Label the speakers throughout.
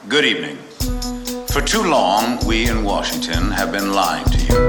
Speaker 1: Good evening. For too long, we in Washington have been lying to you.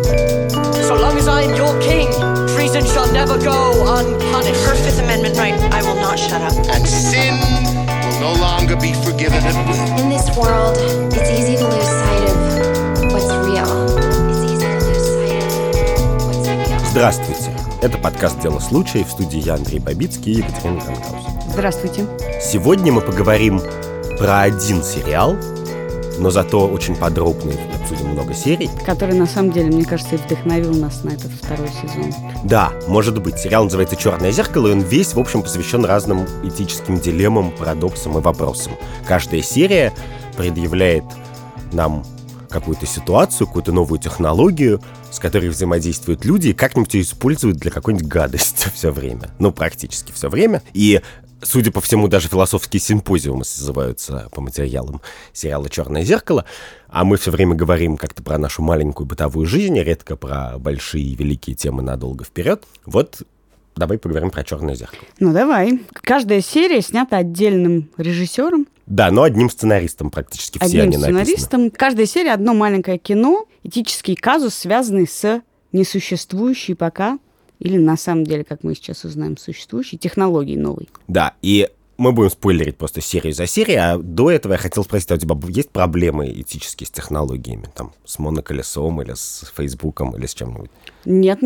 Speaker 2: So long as I am your king, treason shall never go unpunished.
Speaker 3: Her Fifth Amendment right, I will not shut up.
Speaker 4: And sin will no longer be forgiven at will.
Speaker 5: In this world, it's easy to lose sight of what's real. It's easy to lose sight of what's real.
Speaker 6: Здравствуйте. Это подкаст «Дело случая». В студии я, Андрей Бабицкий, и Екатерина Ганкаус.
Speaker 7: Здравствуйте.
Speaker 6: Сегодня мы поговорим про один сериал, но зато очень подробно обсудим много серий.
Speaker 7: Который, на самом деле, мне кажется, и вдохновил нас на этот второй сезон.
Speaker 6: Да, может быть. Сериал называется «Черное зеркало», и он весь, в общем, посвящен разным этическим дилеммам, парадоксам и вопросам. Каждая серия предъявляет нам какую-то ситуацию, какую-то новую технологию, с которой взаимодействуют люди и как-нибудь ее используют для какой-нибудь гадости все время. Ну, практически все время. И, судя по всему, даже философские симпозиумы созываются по материалам сериала «Черное зеркало». А мы все время говорим как-то про нашу маленькую бытовую жизнь, редко про большие и великие темы надолго вперед. Вот давай поговорим про «Черное зеркало».
Speaker 7: Ну, давай. Каждая серия снята отдельным режиссером.
Speaker 6: Да, но одним сценаристом практически все они написаны.
Speaker 7: Одним сценаристом. Каждая серия одно маленькое кино, этический казус, связанный с несуществующей пока, или на самом деле, как мы сейчас узнаем, существующей технологией новой.
Speaker 6: Да, и мы будем спойлерить просто серию за серией, а до этого я хотел спросить, а у тебя есть проблемы этические с технологиями, там, с моноколесом или с Фейсбуком или с чем-нибудь?
Speaker 7: Нет,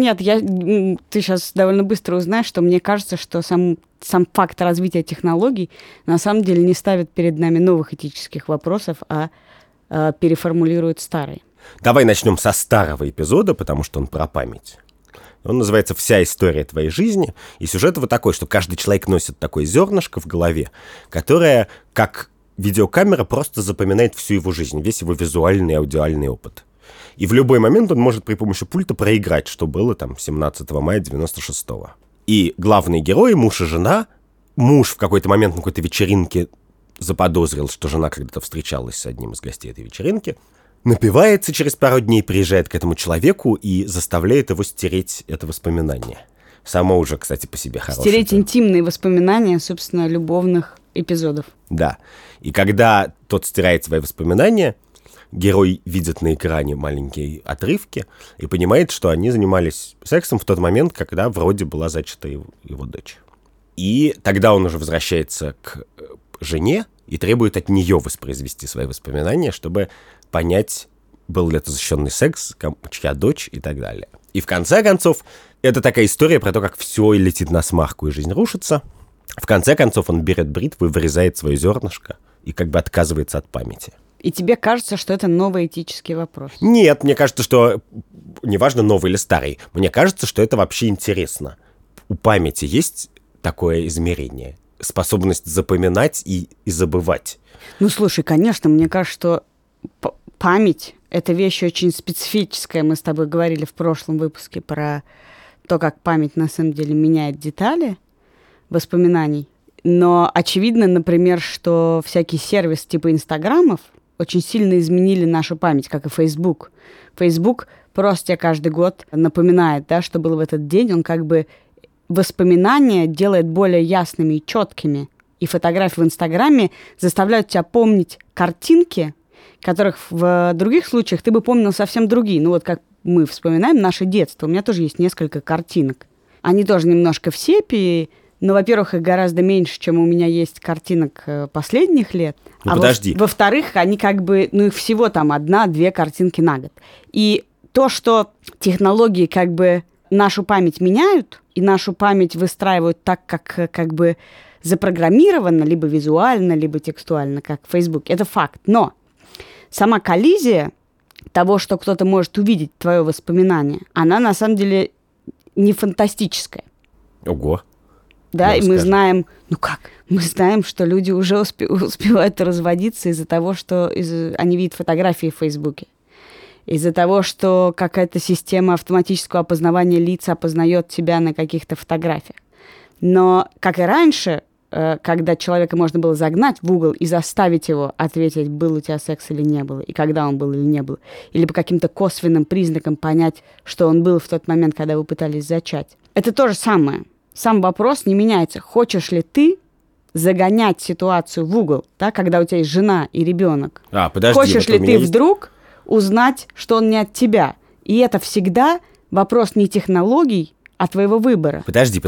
Speaker 7: ты сейчас довольно быстро узнаешь, что мне кажется, что сам факт развития технологий на самом деле не ставит перед нами новых этических вопросов, а переформулирует старые.
Speaker 6: Давай начнем со старого эпизода, потому что он про память. Он называется «Вся история твоей жизни», и сюжет его такой, что каждый человек носит такое зернышко в голове, которое, как видеокамера, просто запоминает всю его жизнь, весь его визуальный и аудиальный опыт. И в любой момент он может при помощи пульта проиграть, что было там 17 мая 96-го. И главные герои, муж и жена, муж в какой-то момент на какой-то вечеринке заподозрил, что жена когда-то встречалась с одним из гостей этой вечеринки, напивается через пару дней, приезжает к этому человеку и заставляет его стереть это воспоминание. Само уже, кстати, по себе хорошее.
Speaker 7: Стереть интимные воспоминания, собственно, любовных эпизодов.
Speaker 6: Да. И когда тот стирает свои воспоминания, герой видит на экране маленькие отрывки и понимает, что они занимались сексом в тот момент, когда вроде была зачата его дочь. И тогда он уже возвращается к жене и требует от нее воспроизвести свои воспоминания, чтобы понять, был ли это защищенный секс, чья дочь и так далее. И в конце концов, это такая история про то, как все летит на смарку и жизнь рушится. В конце концов, он берет бритву и вырезает свое зернышко и как бы отказывается от памяти.
Speaker 7: И тебе кажется, что это новый этический вопрос?
Speaker 6: Нет, мне кажется, что неважно, новый или старый, мне кажется, что это вообще интересно. У памяти есть такое измерение, способность запоминать и забывать.
Speaker 7: Ну, слушай, конечно, мне кажется, что память — это вещь очень специфическая. Мы с тобой говорили в прошлом выпуске про то, как память на самом деле меняет детали воспоминаний. Но очевидно, например, что всякие сервисы типа Инстаграмов очень сильно изменили нашу память, как и Facebook. Facebook просто тебе каждый год напоминает, да, что было в этот день. Он как бы воспоминания делает более ясными и четкими. И фотографии в Инстаграме заставляют тебя помнить картинки, которых в других случаях ты бы помнил совсем другие. Ну вот как мы вспоминаем наше детство. У меня тоже есть несколько картинок. Они тоже немножко в сепии, но, во-первых, их гораздо меньше, чем у меня есть картинок последних лет.
Speaker 6: Ну, подожди.
Speaker 7: Во-вторых, они как бы, их всего там 1-2 картинки на год. И то, что технологии как бы нашу память меняют, и нашу память выстраивают так, как бы запрограммировано, либо визуально, либо текстуально, как в Facebook, это факт. Но сама коллизия того, что кто-то может увидеть твое воспоминание, она на самом деле не фантастическая.
Speaker 6: Ого.
Speaker 7: Да, и мы знаем, мы знаем, что люди уже успевают разводиться из-за того, что они видят фотографии в Фейсбуке. Из-за того, что какая-то система автоматического опознавания лиц опознает тебя на каких-то фотографиях. Но, как и раньше, когда человека можно было загнать в угол и заставить его ответить, был у тебя секс или не было, и когда он был или не был, или по каким-то косвенным признакам понять, что он был в тот момент, когда вы пытались зачать. Это то же самое. Сам вопрос не меняется. Хочешь ли ты загонять ситуацию в угол, да, когда у тебя есть жена и ребенок.
Speaker 6: Подожди.
Speaker 7: Хочешь
Speaker 6: вот
Speaker 7: ли ты вдруг узнать, что он не от тебя? И это всегда вопрос не технологий, а твоего выбора.
Speaker 6: Подожди.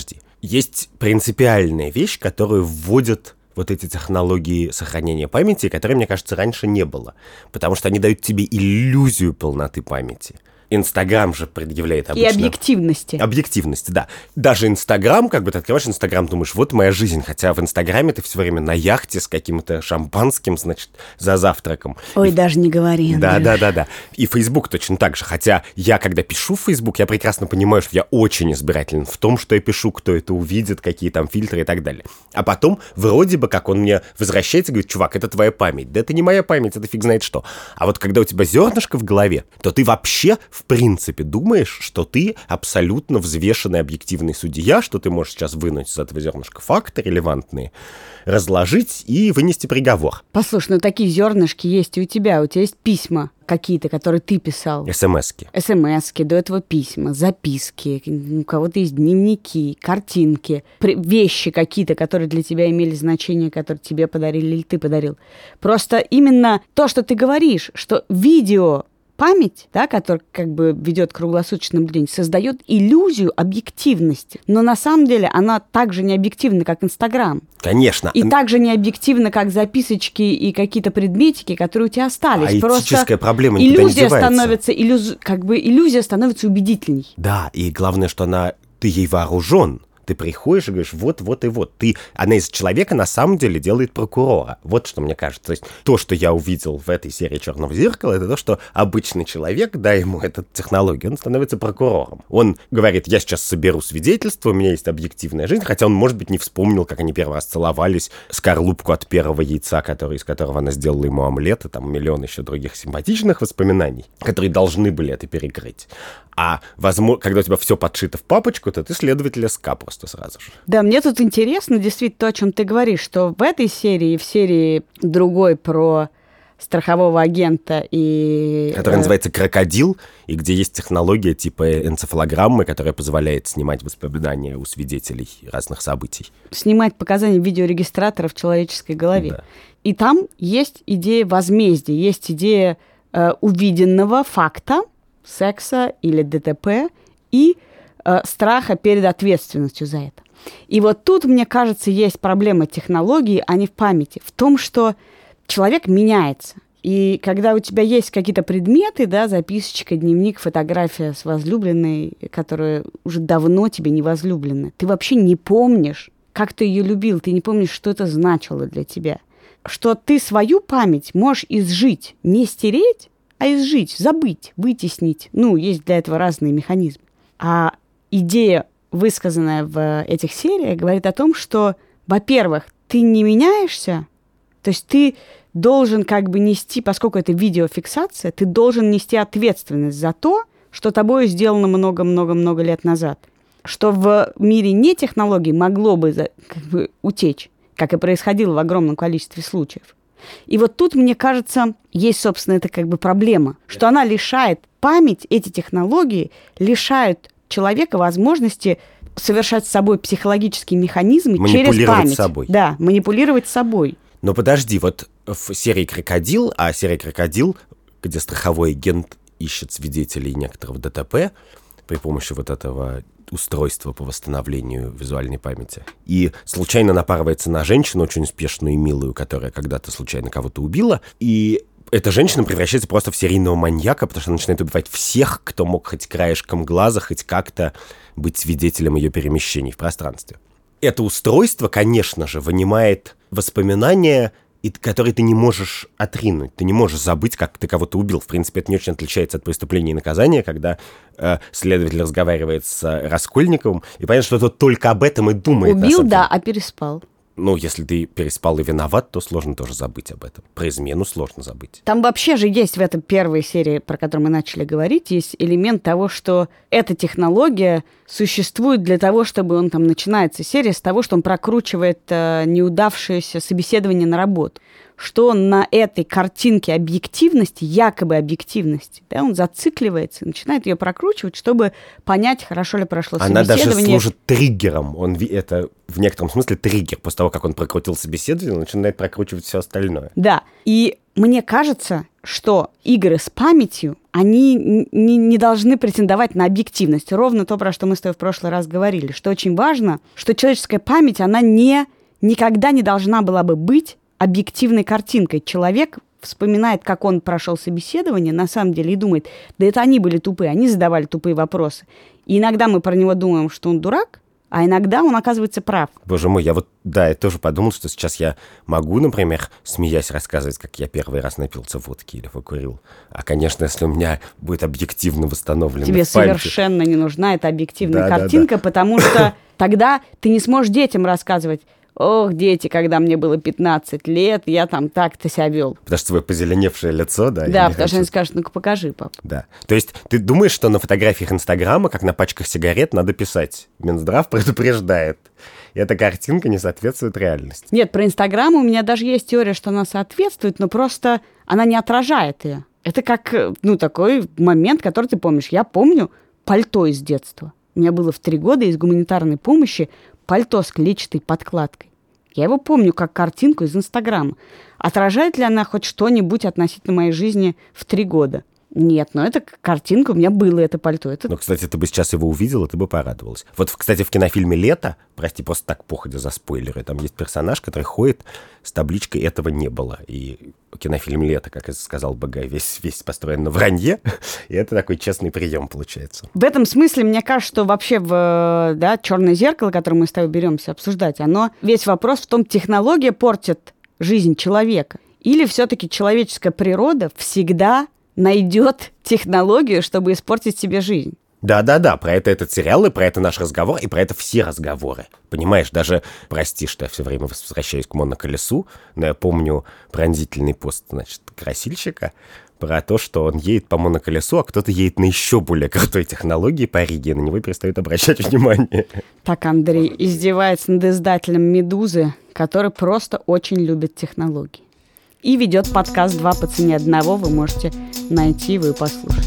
Speaker 6: Есть принципиальная вещь, которую вводят вот эти технологии сохранения памяти, которые, мне кажется, раньше не было. Потому что они дают тебе иллюзию полноты памяти. Инстаграм же предъявляет обычно...
Speaker 7: И объективности.
Speaker 6: Объективности, да. Даже Инстаграм, как бы ты открываешь Инстаграм, думаешь, вот моя жизнь, хотя в Инстаграме ты все время на яхте с каким-то шампанским, значит, за завтраком.
Speaker 7: Ой, даже не говори.
Speaker 6: Да. И Фейсбук точно так же. Хотя я, когда пишу в Фейсбук, я прекрасно понимаю, что я очень избирателен в том, что я пишу, кто это увидит, какие там фильтры и так далее. А потом, вроде бы, как он мне возвращается и говорит, чувак, это твоя память. Да это не моя память, это фиг знает что. А вот когда у тебя зернышко в голове, то ты вообще в принципе думаешь, что ты абсолютно взвешенный объективный судья, что ты можешь сейчас вынуть из этого зернышка факты релевантные, разложить и вынести приговор.
Speaker 7: Послушай, ну такие зернышки есть и у тебя. У тебя есть письма какие-то, которые ты писал.
Speaker 6: СМСки,
Speaker 7: до этого письма, записки, у кого-то есть дневники, картинки, вещи какие-то, которые для тебя имели значение, которые тебе подарили или ты подарил. Просто именно то, что ты говоришь, что видео память, да, которая как бы ведет круглосуточное наблюдение, создает иллюзию объективности. Но на самом деле она так же не объективна, как Инстаграм.
Speaker 6: Конечно.
Speaker 7: И так же не объективна, как записочки и какие-то предметики, которые у тебя остались.
Speaker 6: А этическая проблема никуда не девается.
Speaker 7: Иллюзия становится убедительней.
Speaker 6: Да, и главное, что ты ей вооружен. Ты приходишь и говоришь, вот и вот. Она из человека на самом деле делает прокурора. Вот что мне кажется. То есть то, что я увидел в этой серии «Черного зеркала», это то, что обычный человек, дай ему эту технологию, он становится прокурором. Он говорит, я сейчас соберу свидетельства, у меня есть объективная жизнь, хотя он, может быть, не вспомнил, как они первый раз целовались, скорлупку от первого яйца, из которого она сделала ему омлет, и там миллион еще других симпатичных воспоминаний, которые должны были это перекрыть. А, возможно, когда у тебя все подшито в папочку, то ты следователь СК просто сразу же.
Speaker 7: Да, мне тут интересно действительно то, о чем ты говоришь, что в этой серии и в серии другой про страхового агента и...
Speaker 6: Который называется «Крокодил», и где есть технология типа энцефалограммы, которая позволяет снимать воспоминания у свидетелей разных событий.
Speaker 7: Снимать показания видеорегистратора в человеческой голове.
Speaker 6: Да.
Speaker 7: И там есть идея возмездия, есть идея увиденного факта, секса или ДТП, и страха перед ответственностью за это. И вот тут, мне кажется, есть проблема технологии, а не в памяти. В том, что человек меняется. И когда у тебя есть какие-то предметы, да, записочка, дневник, фотография с возлюбленной, которая уже давно тебе не возлюблена, ты вообще не помнишь, как ты ее любил, ты не помнишь, что это значило для тебя. Что ты свою память можешь изжить, не стереть, а изжить, забыть, вытеснить. Есть для этого разные механизмы. А идея, высказанная в этих сериях, говорит о том, что, во-первых, ты не меняешься, то есть ты должен нести, поскольку это видеофиксация, ты должен нести ответственность за то, что тобой сделано много-много-много лет назад. Что в мире не технологий могло бы утечь, как и происходило в огромном количестве случаев. И вот тут, мне кажется, есть, собственно, это проблема, что она лишает память, эти технологии лишают человека возможности совершать с собой психологические механизмы через память.
Speaker 6: Собой.
Speaker 7: Да, манипулировать собой.
Speaker 6: Но подожди, вот в серии «Крокодил», серия «Крокодил», где страховой агент ищет свидетелей некоторого ДТП при помощи вот этого устройства по восстановлению визуальной памяти. И случайно напарывается на женщину, очень успешную и милую, которая когда-то случайно кого-то убила. И эта женщина превращается просто в серийного маньяка, потому что она начинает убивать всех, кто мог хоть краешком глаза, хоть как-то быть свидетелем ее перемещений в пространстве. Это устройство, конечно же, вынимает воспоминания, которые ты не можешь отринуть. Ты не можешь забыть, как ты кого-то убил. В принципе, это не очень отличается от преступления и наказания, когда следователь разговаривает с Раскольниковым, и понятно, что тот только об этом и думает.
Speaker 7: Убил, да, а переспал.
Speaker 6: Если ты переспал и виноват, то сложно тоже забыть об этом. Про измену сложно забыть.
Speaker 7: Там вообще же есть в этой первой серии, про которую мы начали говорить, есть элемент того, что эта технология существует для того, чтобы начинается серия с того, что он прокручивает неудавшееся собеседование на работу. что он на этой картинке объективности, якобы объективности, да, он зацикливается, начинает ее прокручивать, чтобы понять, хорошо ли прошло
Speaker 6: Она
Speaker 7: собеседование.
Speaker 6: даже служит триггером. Это в некотором смысле триггер. После того, как он прокрутил собеседование, он начинает прокручивать все остальное.
Speaker 7: Да, и мне кажется, что игры с памятью, они не должны претендовать на объективность. Ровно то, про что мы с тобой в прошлый раз говорили, что очень важно, что человеческая память, она никогда не должна была бы быть объективной картинкой. Человек вспоминает, как он прошел собеседование, на самом деле, и думает, да это они были тупые, они задавали тупые вопросы. И иногда мы про него думаем, что он дурак, а иногда он оказывается прав.
Speaker 6: Боже мой, я тоже подумал, что сейчас я могу, например, смеясь рассказывать, как я первый раз напился водки или покурил. А, конечно, если у меня будет объективно восстановлено
Speaker 7: Тебе
Speaker 6: в памяти...
Speaker 7: совершенно не нужна эта объективная картинка, потому что тогда ты не сможешь детям рассказывать: ох, дети, когда мне было 15 лет, я там так-то себя вел.
Speaker 6: Потому что твое позеленевшее лицо, да?
Speaker 7: Да, потому что они скажут, ну-ка покажи, пап.
Speaker 6: Да. То есть ты думаешь, что на фотографиях Инстаграма, как на пачках сигарет, надо писать: Минздрав предупреждает. И эта картинка не соответствует реальности.
Speaker 7: Нет, про Инстаграм у меня даже есть теория, что она соответствует, но просто она не отражает ее. Это как, такой момент, который ты помнишь. Я помню пальто из детства. У меня было в 3 года из гуманитарной помощи пальто с клетчатой подкладкой. Я его помню как картинку из Инстаграма. Отражает ли она хоть что-нибудь относительно моей жизни в 3 года? Нет, но эта картинка, у меня было это пальто.
Speaker 6: Ну, кстати, ты бы сейчас его увидела, ты бы порадовалась. Вот, кстати, в кинофильме «Лето», прости, просто так походя за спойлеры, там есть персонаж, который ходит с табличкой «Этого не было». И кинофильм «Лето», как я сказал Багай, весь построен на вранье, и это такой честный прием получается.
Speaker 7: В этом смысле, мне кажется, что вообще «Черное зеркало», которое мы с тобой беремся обсуждать, весь вопрос в том, технология портит жизнь человека, или все-таки человеческая природа всегда найдет технологию, чтобы испортить себе жизнь.
Speaker 6: Да, про это этот сериал, и про это наш разговор, и про это все разговоры. Понимаешь, даже, прости, что я все время возвращаюсь к моноколесу, но я помню пронзительный пост, красильщика про то, что он едет по моноколесу, а кто-то едет на еще более крутой технологии по Риге, и на него перестают обращать внимание. Так
Speaker 7: Андрей издевается над издателем «Медузы», который просто очень любит технологии. И ведет подкаст «2 по цене одного». Вы можете найти его и послушать.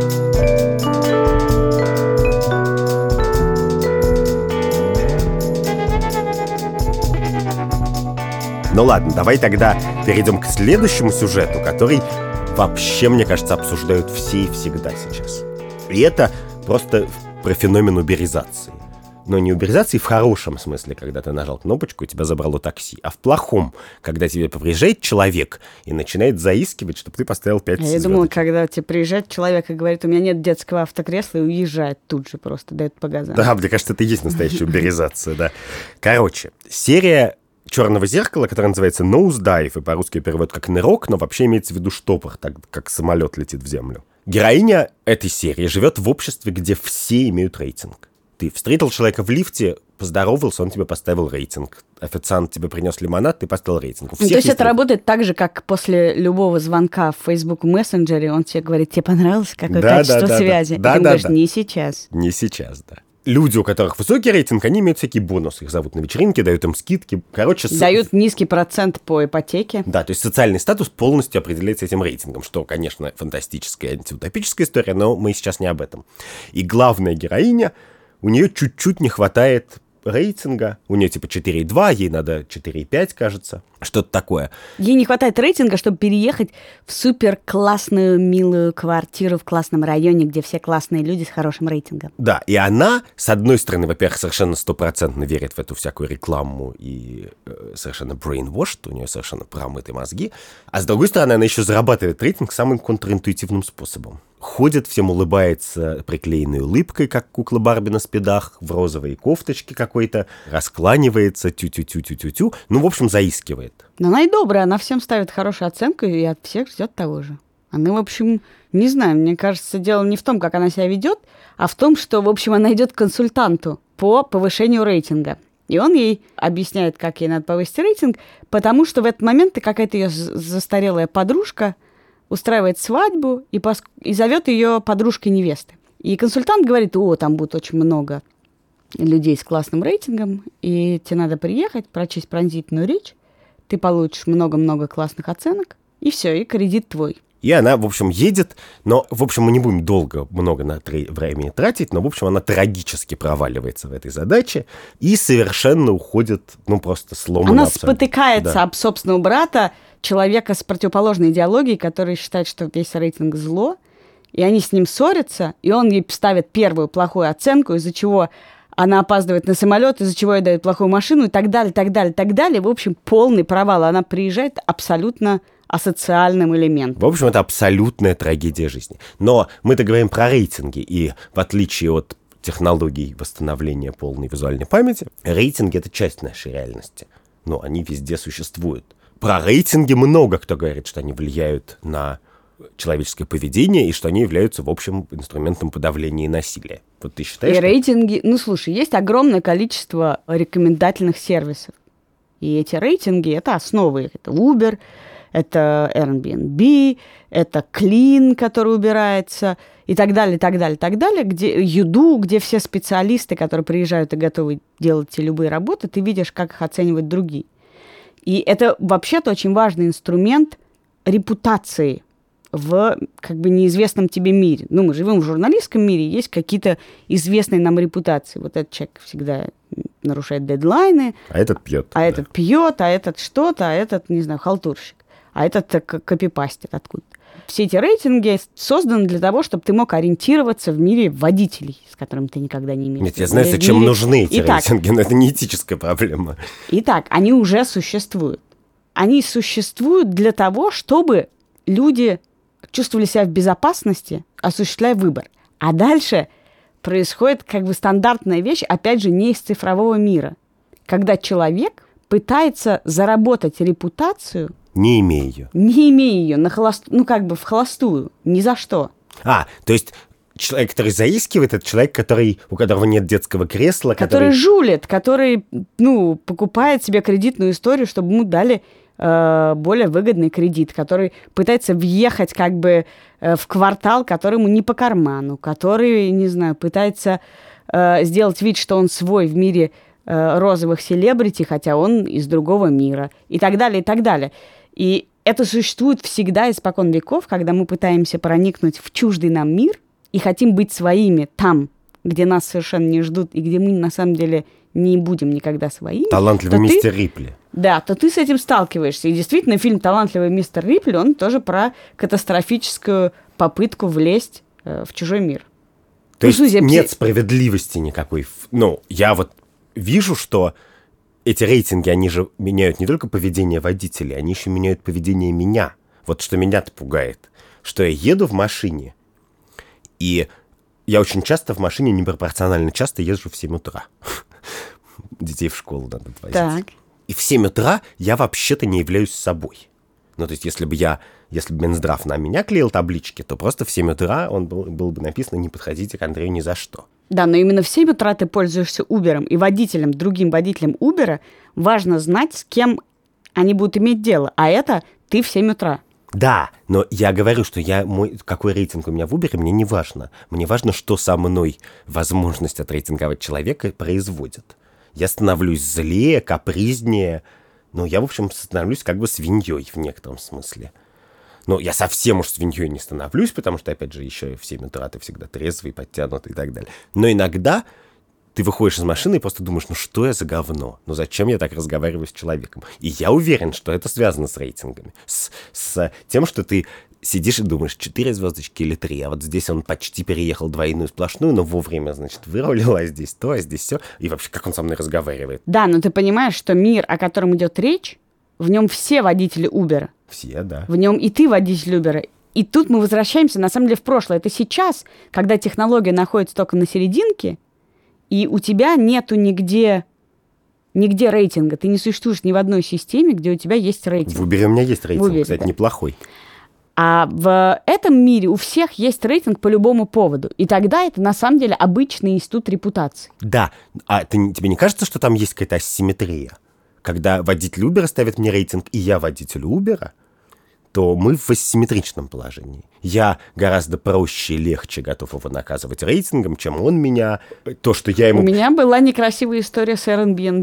Speaker 6: Ну ладно, давай тогда перейдем к следующему сюжету, который вообще, мне кажется, обсуждают все и всегда сейчас. И это просто про феномен уберизации. Но не уберизации в хорошем смысле, когда ты нажал кнопочку, и тебя забрало такси, а в плохом, когда тебе приезжает человек и начинает заискивать, чтобы ты поставил 5 звездочек. Я думала,
Speaker 7: когда тебе приезжает человек и говорит: у меня нет детского автокресла, и уезжает тут же просто, дает по газам.
Speaker 6: Да, мне кажется, это и есть настоящая уберизация, да. Короче, серия «Черного зеркала», которая называется «Nosedive», и по-русски переводят как «нырок», но вообще имеется в виду штопор, так как самолет летит в землю. Героиня этой серии живет в обществе, где все имеют рейтинг. Ты встретил человека в лифте, поздоровался, он тебе поставил рейтинг. Официант тебе принес лимонад, ты поставил рейтинг.
Speaker 7: То есть это работает так же, как после любого звонка в Facebook мессенджере, он тебе говорит: тебе понравилось, какое качество связи?
Speaker 6: Да,
Speaker 7: и ты говоришь: не сейчас.
Speaker 6: Не сейчас, да. Люди, у которых высокий рейтинг, они имеют всякие бонусы. Их зовут на вечеринке, дают им скидки.
Speaker 7: Дают низкий процент по ипотеке.
Speaker 6: Да, то есть социальный статус полностью определяется этим рейтингом, что, конечно, фантастическая антиутопическая история, но мы сейчас не об этом. И главная героиня, у нее чуть-чуть не хватает рейтинга. У нее типа 4,2, ей надо 4,5, кажется. Что-то такое.
Speaker 7: Ей не хватает рейтинга, чтобы переехать в супер классную, милую квартиру в классном районе, где все классные люди с хорошим рейтингом.
Speaker 6: Да, и она, с одной стороны, во-первых, совершенно стопроцентно верит в эту всякую рекламу и совершенно brainwashed, у нее совершенно промыты мозги. А с другой стороны, она еще зарабатывает рейтинг самым контринтуитивным способом. Ходит, всем улыбается приклеенной улыбкой, как кукла Барби на спидах, в розовой кофточке какой-то, раскланивается, тю-тю-тю-тю-тю-тю, в общем, заискивает.
Speaker 7: Но она и добрая, она всем ставит хорошую оценку и от всех ждет того же. Она, в общем, не знаю, мне кажется, дело не в том, как она себя ведет, а в том, что, в общем, она идет к консультанту по повышению рейтинга. И он ей объясняет, как ей надо повысить рейтинг, потому что в этот момент какая-то ее застарелая подружка устраивает свадьбу и зовет ее подружкой невесты. И консультант говорит: там будет очень много людей с классным рейтингом, и тебе надо приехать, прочесть пронзительную речь, ты получишь много-много классных оценок, и все, и кредит твой.
Speaker 6: И она, в общем, едет, но, в общем, мы не будем много на времени тратить, но, в общем, она трагически проваливается в этой задаче и совершенно уходит, просто сломанно.
Speaker 7: Она
Speaker 6: абсолютно.
Speaker 7: спотыкается об собственного брата, человека с противоположной идеологией, который считает, что весь рейтинг зло, и они с ним ссорятся, и он ей ставит первую плохую оценку, из-за чего она опаздывает на самолет, из-за чего ей дают плохую машину, и так далее, так далее, так далее. В общем, полный провал. Она приезжает абсолютно асоциальным элементом.
Speaker 6: В общем, это абсолютная трагедия жизни. Но мы-то говорим про рейтинги, и в отличие от технологий восстановления полной визуальной памяти, рейтинги — это часть нашей реальности. Но они везде существуют. Про рейтинги много кто говорит, что они влияют на человеческое поведение и что они являются, в общем, инструментом подавления насилия. Вот ты считаешь?
Speaker 7: И рейтинги... слушай, есть огромное количество рекомендательных сервисов. И эти рейтинги — это основы их. Это Uber, это Airbnb, это Clean, который убирается, и так далее, так далее, так далее, где Юду, где все специалисты, которые приезжают и готовы делать те любые работы, ты видишь, как их оценивают другие. И это вообще-то очень важный инструмент репутации в неизвестном тебе мире. Мы живем в журналистском мире, есть какие-то известные нам репутации. Вот этот человек всегда нарушает дедлайны.
Speaker 6: А этот пьет.
Speaker 7: А этот пьет, а этот что-то, а этот, не знаю, халтурщик. А этот копипастит откуда-то. Все эти рейтинги созданы для того, чтобы ты мог ориентироваться в мире водителей, с которыми ты никогда не имеешь.
Speaker 6: Нет, я знаю, зачем нужны эти рейтинги, но это не этическая проблема.
Speaker 7: Итак, они уже существуют. Они существуют для того, чтобы люди чувствовали себя в безопасности, осуществляя выбор. А дальше происходит стандартная вещь, опять же, не из цифрового мира. Когда человек пытается заработать репутацию,
Speaker 6: не имея ее.
Speaker 7: Не имея ее, в холостую, ни за что.
Speaker 6: То есть человек, который заискивает, это человек, у которого нет детского кресла.
Speaker 7: Который жулит, который, покупает себе кредитную историю, чтобы ему дали более выгодный кредит, который пытается въехать в квартал, который ему не по карману, который, не знаю, пытается сделать вид, что он свой в мире розовых селебрити, хотя он из другого мира, и так далее, и так далее. И это существует всегда испокон веков, когда мы пытаемся проникнуть в чуждый нам мир и хотим быть своими там, где нас совершенно не ждут, и где мы на самом деле не будем никогда своими.
Speaker 6: Талантливый мистер Рипли.
Speaker 7: Да, то ты с этим сталкиваешься. И действительно, фильм «Талантливый мистер Рипли», он тоже про катастрофическую попытку влезть в чужой мир.
Speaker 6: То есть нет справедливости никакой. Я вижу, что эти рейтинги, они же меняют не только поведение водителей, они еще меняют поведение меня. Вот что меня-то пугает. Что я еду в машине, и я очень часто в машине, непропорционально часто езжу в 7 утра. Детей в школу надо отвозить.
Speaker 7: Так.
Speaker 6: И в 7 утра я вообще-то не являюсь собой. То есть, если бы Минздрав на меня клеил таблички, то просто в 7 утра было бы написано «Не подходите к Андрею ни за что».
Speaker 7: Да, но именно в 7 утра ты пользуешься Uber'ом, и другим водителям Uber'а важно знать, с кем они будут иметь дело. А это ты в 7 утра.
Speaker 6: Да, но я говорю, что какой рейтинг у меня в Uber, мне не важно. Мне важно, что со мной возможность отрейтинговать человека производит. Я становлюсь злее, капризнее. Я, в общем, становлюсь свиньей в некотором смысле. Я совсем уж свиньей не становлюсь, потому что, опять же, еще в 7 утра ты всегда трезвый, подтянутый и так далее. Но иногда ты выходишь из машины и просто думаешь, что я за говно? Зачем я так разговариваю с человеком? И я уверен, что это связано с рейтингами. С тем, что ты сидишь и думаешь, 4 звездочки или 3, а вот здесь он почти переехал двойную сплошную, но вовремя, вырулил, а здесь то, а здесь все. И вообще, как он со мной разговаривает?
Speaker 7: Да, но ты понимаешь, что мир, о котором идет речь, в нем все водители Uber.
Speaker 6: Все, да.
Speaker 7: В нем и ты водитель Uber. И тут мы возвращаемся, на самом деле, в прошлое. Это сейчас, когда технология находится только на серединке, и у тебя нету нигде рейтинга. Ты не существуешь ни в одной системе, где у тебя есть рейтинг.
Speaker 6: В Uber у меня есть рейтинг,
Speaker 7: Uber,
Speaker 6: кстати,
Speaker 7: да.
Speaker 6: Неплохой.
Speaker 7: А в этом мире у всех есть рейтинг по любому поводу. И тогда это, на самом деле, обычный институт репутации.
Speaker 6: Да. А тебе не кажется, что там есть какая-то асимметрия? Когда водитель Uber ставит мне рейтинг, и я водитель Uber, то мы в асимметричном положении. Я гораздо проще и легче готов его наказывать рейтингом, чем он меня. То, что я ему...
Speaker 7: У меня была некрасивая история с Airbnb.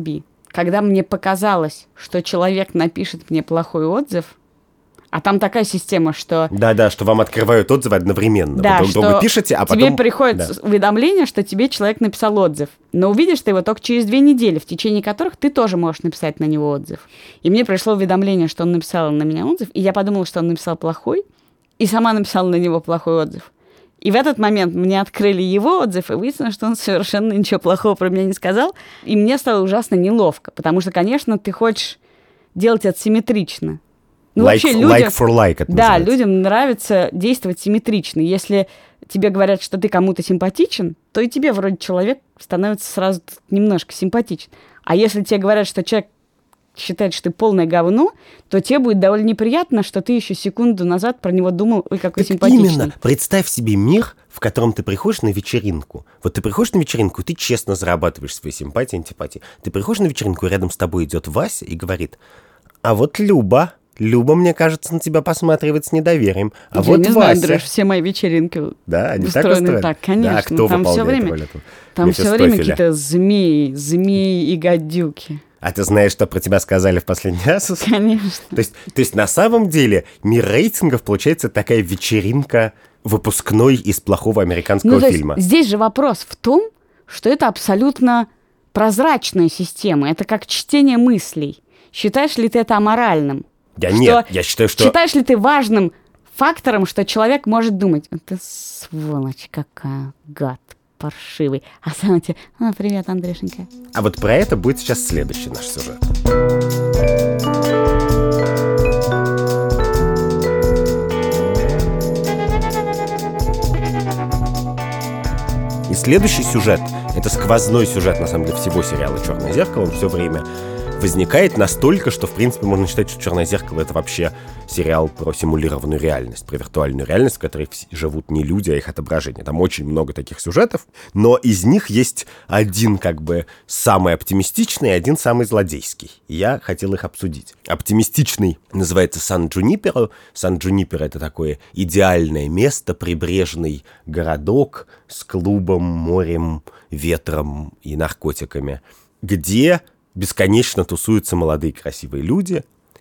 Speaker 7: когда мне показалось, что человек напишет мне плохой отзыв, а там такая система, что...
Speaker 6: Да, что вам открывают отзывы одновременно.
Speaker 7: Да,
Speaker 6: Вы друг другу
Speaker 7: что
Speaker 6: пишете, а
Speaker 7: тебе
Speaker 6: потом...
Speaker 7: приходит уведомление, что тебе человек написал отзыв. Но увидишь ты его только через 2 недели, в течение которых ты тоже можешь написать на него отзыв. И мне пришло уведомление, что он написал на меня отзыв, и я подумала, что он написал плохой, и сама написала на него плохой отзыв. И в этот момент мне открыли его отзыв, и выяснилось, что он совершенно ничего плохого про меня не сказал. И мне стало ужасно неловко, потому что, конечно, ты хочешь делать это симметрично. Ну, вообще
Speaker 6: like for like это
Speaker 7: да,
Speaker 6: называется.
Speaker 7: людям нравится действовать симметрично. Если тебе говорят, что ты кому-то симпатичен, то и тебе вроде человек становится сразу немножко симпатичен. А если тебе говорят, что человек считает, что ты полное говно, то тебе будет довольно неприятно, что ты еще секунду назад про него думал, ой, какой
Speaker 6: Так
Speaker 7: симпатичный.
Speaker 6: именно. Представь себе мир, в котором ты приходишь на вечеринку. Вот ты приходишь на вечеринку, ты честно зарабатываешь свои симпатии, антипатии. Ты приходишь на вечеринку, и рядом с тобой идет Вася и говорит: а вот Люба, мне кажется, на тебя посматривает с недоверием. А
Speaker 7: Я
Speaker 6: вот
Speaker 7: не
Speaker 6: Вася.
Speaker 7: знаю, Андрюш, все мои вечеринки
Speaker 6: Да, они так
Speaker 7: устроены
Speaker 6: устроены?
Speaker 7: так, конечно.
Speaker 6: Да, кто
Speaker 7: там все
Speaker 6: выполняет
Speaker 7: время,
Speaker 6: роль этого
Speaker 7: там все время
Speaker 6: Мефистофеля?
Speaker 7: какие-то змеи и гадюки.
Speaker 6: А ты знаешь, что про тебя сказали в последний раз?
Speaker 7: Конечно.
Speaker 6: То есть на самом деле мир рейтингов получается такая вечеринка выпускной из плохого американского
Speaker 7: Ну, то есть
Speaker 6: фильма.
Speaker 7: здесь же вопрос в том, что это абсолютно прозрачная система. Это как чтение мыслей. Считаешь ли ты это аморальным?
Speaker 6: Нет, я считаю, что...
Speaker 7: Считаешь ли ты важным фактором, что человек может думать: это сволочь какая, гад паршивый. А сам тебе: привет, Андрюшенька.
Speaker 6: А вот про это будет сейчас следующий наш сюжет. И следующий сюжет — это сквозной сюжет, на самом деле, всего сериала «Черное зеркало». Он все время возникает настолько, что, в принципе, можно считать, что «Черное зеркало» — это вообще сериал про симулированную реальность, про виртуальную реальность, в которой живут не люди, а их отображения. Там очень много таких сюжетов, но из них есть один как бы самый оптимистичный и один самый злодейский. И я хотел их обсудить. Оптимистичный называется Сан-Джуниперо. Сан-Джуниперо — это такое идеальное место, прибрежный городок с клубом, морем, ветром и наркотиками, где бесконечно тусуются молодые красивые люди,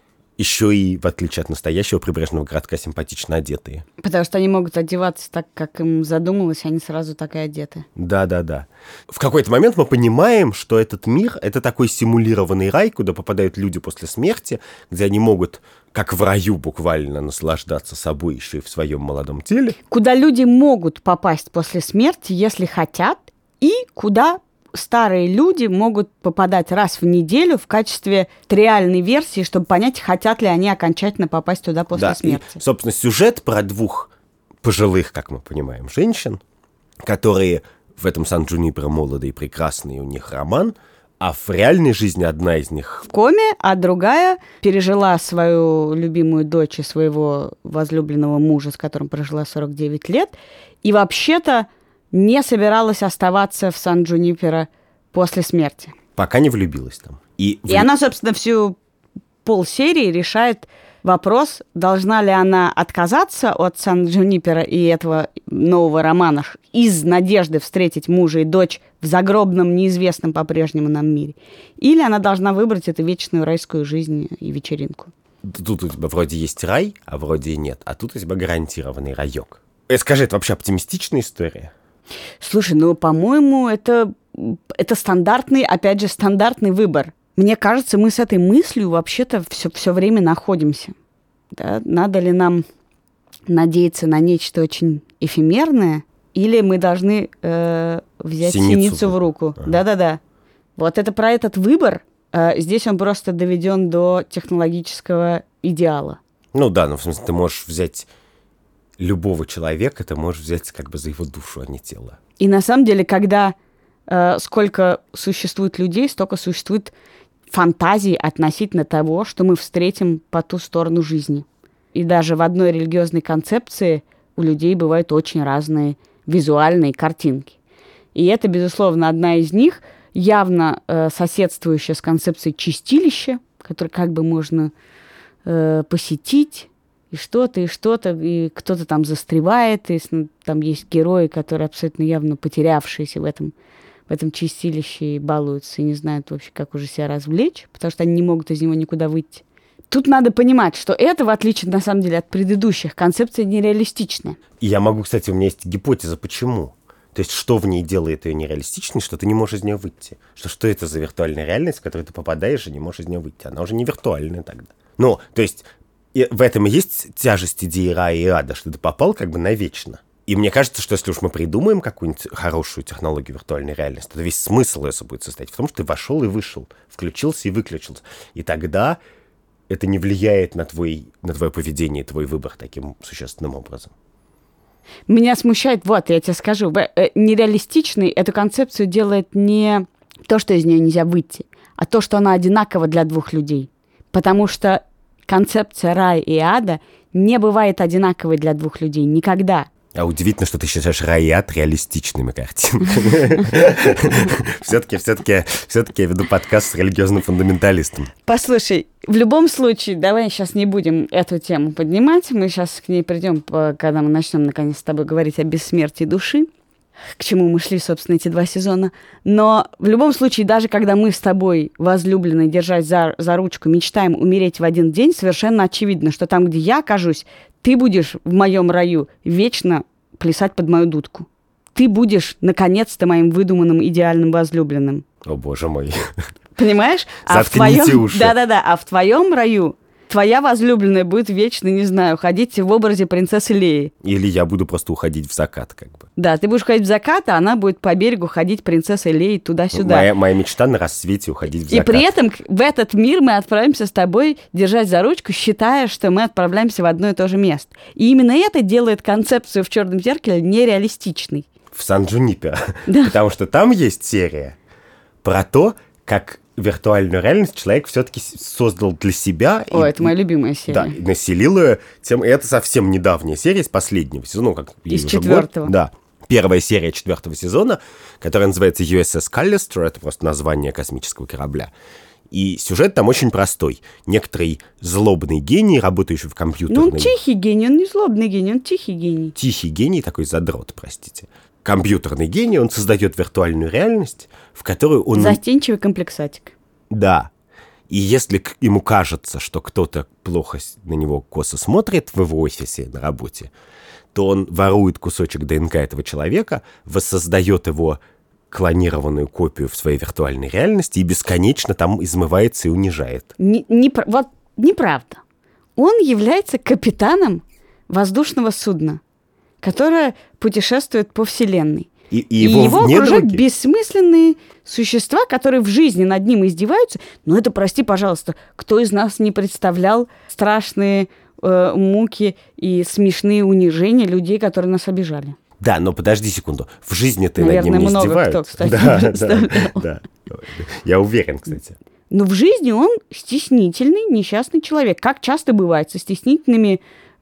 Speaker 6: еще и, в отличие от настоящего прибрежного городка, симпатично одетые.
Speaker 7: Потому что они могут одеваться так, как им задумалось, они сразу так и одеты.
Speaker 6: Да. В какой-то момент мы понимаем, что этот мир — это такой симулированный рай, куда попадают люди после смерти, где они могут, как в раю, буквально наслаждаться собой еще и в своем молодом теле.
Speaker 7: Куда люди могут попасть после смерти, если хотят, и куда старые люди могут попадать раз в неделю в качестве реальной версии, чтобы понять, хотят ли они окончательно попасть туда после смерти.
Speaker 6: И, собственно, сюжет про двух пожилых, как мы понимаем, женщин, которые в этом Сан-Джуниперо молодые и прекрасные, у них роман, а в реальной жизни одна из них
Speaker 7: в коме, а другая пережила свою любимую дочь и своего возлюбленного мужа, с которым прожила 49 лет, и вообще-то не собиралась оставаться в Сан-Джуниперо после смерти.
Speaker 6: пока не влюбилась там. И
Speaker 7: она, собственно, всю полсерии решает вопрос, должна ли она отказаться от Сан-Джунипера и этого нового романа из надежды встретить мужа и дочь в загробном, неизвестном по-прежнему нам мире. Или она должна выбрать эту вечную райскую жизнь и вечеринку.
Speaker 6: Тут у тебя вроде есть рай, а вроде и нет. А тут у тебя гарантированный раёк. Скажи, это вообще оптимистичная история?
Speaker 7: Слушай, по-моему, это стандартный, опять же, стандартный выбор. Мне кажется, мы с этой мыслью вообще-то все время находимся. Да? Надо ли нам надеяться на нечто очень эфемерное, или мы должны взять синицу в руку?
Speaker 6: Ага.
Speaker 7: Да-да-да. Вот это про этот выбор. Здесь он просто доведен до технологического идеала.
Speaker 6: Ну да, в смысле, ты можешь взять любого человека, ты можешь взять как бы за его душу, а не тело.
Speaker 7: И на самом деле, когда сколько существует людей, столько существует фантазий относительно того, что мы встретим по ту сторону жизни. И даже в одной религиозной концепции у людей бывают очень разные визуальные картинки. И это, безусловно, одна из них, явно соседствующая с концепцией чистилища, которое как бы можно посетить, и что-то, и кто-то там застревает, и там есть герои, которые абсолютно явно потерявшиеся в этом в этом чистилище и балуются, и не знают вообще, как уже себя развлечь, потому что они не могут из него никуда выйти. Тут надо понимать, что это, в отличие, на самом деле, от предыдущих, концепция нереалистичная.
Speaker 6: И я могу, кстати, у меня есть гипотеза, почему. То есть, что в ней делает ее нереалистичной, что ты не можешь из нее выйти. Что это за виртуальная реальность, в которую ты попадаешь и не можешь из нее выйти? Она уже не виртуальная тогда. Ну, то есть, в этом и есть тяжесть идеи рая и ада, что ты попал как бы навечно. И мне кажется, что если уж мы придумаем какую-нибудь хорошую технологию виртуальной реальности, то весь смысл ее будет состоять в том, что ты вошел и вышел, включился и выключился. И тогда это не влияет на твое поведение, твой выбор таким существенным образом.
Speaker 7: Меня смущает, вот, я тебе скажу, нереалистичной эту концепцию делает не то, что из нее нельзя выйти, а то, что она одинакова для двух людей. Потому что концепция рая и ада не бывает одинаковой для двух людей никогда.
Speaker 6: А удивительно, что ты считаешь рай и ад реалистичными картинками. Все-таки я веду подкаст с религиозным фундаменталистом.
Speaker 7: Послушай, в любом случае, давай сейчас не будем эту тему поднимать. Мы сейчас к ней придем, когда мы начнем наконец с тобой говорить о бессмертии души, к чему мы шли, собственно, эти 2 сезона. Но в любом случае, даже когда мы с тобой, возлюбленные, держась за ручку, мечтаем умереть в один день, совершенно очевидно, что там, где я окажусь, ты будешь в моем раю вечно плясать под мою дудку. Ты будешь, наконец-то, моим выдуманным идеальным возлюбленным.
Speaker 6: О, боже мой.
Speaker 7: Понимаешь?
Speaker 6: Заткните уши.
Speaker 7: Да-да-да. А в твоем раю твоя возлюбленная будет вечно, не знаю, ходить в образе принцессы Леи.
Speaker 6: Или я буду просто уходить в закат, как бы.
Speaker 7: Да, ты будешь ходить в закат, а она будет по берегу ходить принцессой Леей туда-сюда.
Speaker 6: Моя мечта на рассвете уходить в закат.
Speaker 7: И при этом в этот мир мы отправимся с тобой, держась за ручку, считая, что мы отправляемся в одно и то же место. И именно это делает концепцию в «Черном зеркале» нереалистичной.
Speaker 6: В Сан-Джунипер. Да. Потому что там есть серия про то, как виртуальную реальность человек все-таки создал для себя.
Speaker 7: Это моя любимая серия.
Speaker 6: Да, и населил ее тем. И это совсем недавняя серия из последнего сезона. Как
Speaker 7: из 4-го.
Speaker 6: Да. Первая серия 4-го сезона, которая называется USS Callister. Это просто название космического корабля. И сюжет там очень простой. Некоторый злобный гений, работающий в компьютерной...
Speaker 7: Ну, он тихий гений, он не злобный гений, он тихий гений.
Speaker 6: Тихий гений, такой задрот, простите. Компьютерный гений, он создает виртуальную реальность, в которую он...
Speaker 7: Застенчивый комплексатик.
Speaker 6: Да. И если ему кажется, что кто-то плохо на него косо смотрит в его офисе на работе, то он ворует кусочек ДНК этого человека, воссоздает его клонированную копию в своей виртуальной реальности и бесконечно там измывается и унижает.
Speaker 7: Вот неправда. Он является капитаном воздушного судна, которое путешествует по Вселенной. И его окружают бессмысленные существа, которые в жизни над ним издеваются. Но это, прости, пожалуйста, кто из нас не представлял страшные муки и смешные унижения людей, которые нас обижали?
Speaker 6: Да, но подожди секунду. В жизни ты
Speaker 7: наверное,
Speaker 6: над ним не
Speaker 7: много
Speaker 6: издеваются.
Speaker 7: Кто, кстати,
Speaker 6: да. Я уверен, кстати.
Speaker 7: Но в жизни он стеснительный, несчастный человек. Как часто бывает со стеснительными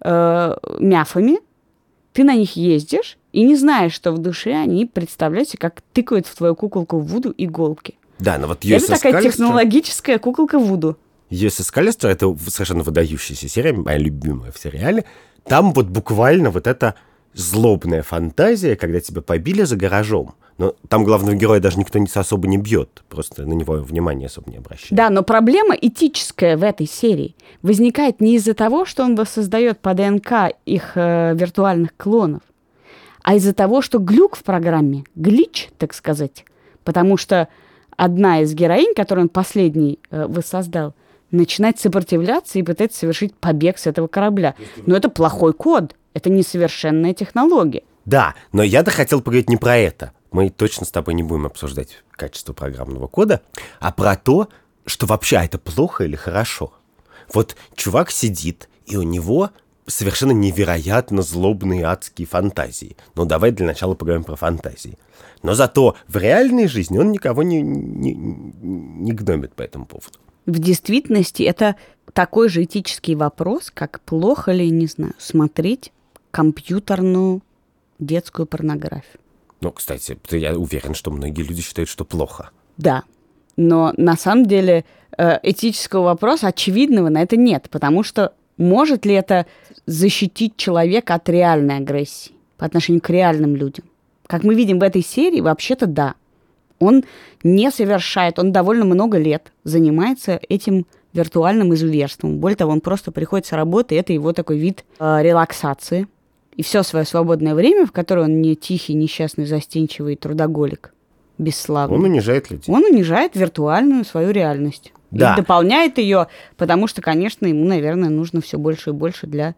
Speaker 7: мяфами. Ты на них ездишь и не знаешь, что в душе они, представляете, как тыкают в твою куколку Вуду иголки.
Speaker 6: Да, но вот
Speaker 7: это такая технологическая куколка Вуду.
Speaker 6: USS Callister — это совершенно выдающаяся серия, моя любимая в сериале. Там вот буквально вот эта злобная фантазия, когда тебя побили за гаражом. Но там главного героя даже никто особо не бьет, просто на него внимание особо не обращает.
Speaker 7: Да, но проблема этическая в этой серии возникает не из-за того, что он воссоздает по ДНК их виртуальных клонов, а из-за того, что глюк в программе, глич, так сказать, потому что одна из героинь, которую он последний воссоздал, начинает сопротивляться и пытается совершить побег с этого корабля. Но это плохой код, это несовершенная технология.
Speaker 6: Да, но я-то хотел поговорить не про это. Мы точно с тобой не будем обсуждать качество программного кода, а про то, что вообще это плохо или хорошо. Вот чувак сидит, и у него совершенно невероятно злобные адские фантазии. Ну, давай для начала поговорим про фантазии. Но зато в реальной жизни он никого не гномит по этому поводу.
Speaker 7: В действительности это такой же этический вопрос, как плохо ли, не знаю, смотреть компьютерную детскую порнографию.
Speaker 6: Ну, кстати, я уверен, что многие люди считают, что плохо.
Speaker 7: Да, но на самом деле этического вопроса очевидного на это нет, потому что может ли это защитить человека от реальной агрессии по отношению к реальным людям? Как мы видим в этой серии, вообще-то да. Он не совершает, он довольно много лет занимается этим виртуальным изуверством. Более того, он просто приходит с работы, это его такой вид релаксации. И все свое свободное время, в которое он не тихий, несчастный, застенчивый трудоголик, бесславный.
Speaker 6: Он унижает людей.
Speaker 7: Он унижает виртуальную свою реальность.
Speaker 6: Да.
Speaker 7: И дополняет ее, потому что, конечно, ему, наверное, нужно все больше и больше для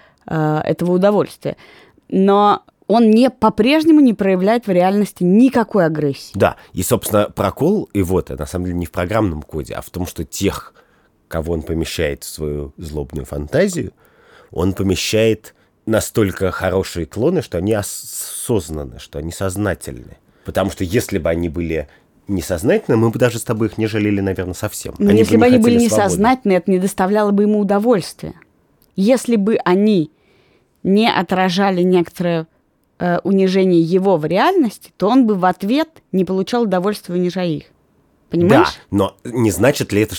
Speaker 7: этого удовольствия. Но он по-прежнему не проявляет в реальности никакой агрессии.
Speaker 6: Да, и, собственно, прокол его-то, на самом деле, не в программном коде, а в том, что тех, кого он помещает в свою злобную фантазию, он помещает настолько хорошие клоны, что они осознаны, что они сознательны. Потому что если бы они были несознательны, мы бы даже с тобой их не жалели, наверное, совсем.
Speaker 7: Но если бы они были несознательны, это не доставляло бы ему удовольствия. Если бы они не отражали некоторое унижение его в реальности, то он бы в ответ не получал удовольствия, унижая их. Понимаешь?
Speaker 6: Да, но не значит ли это,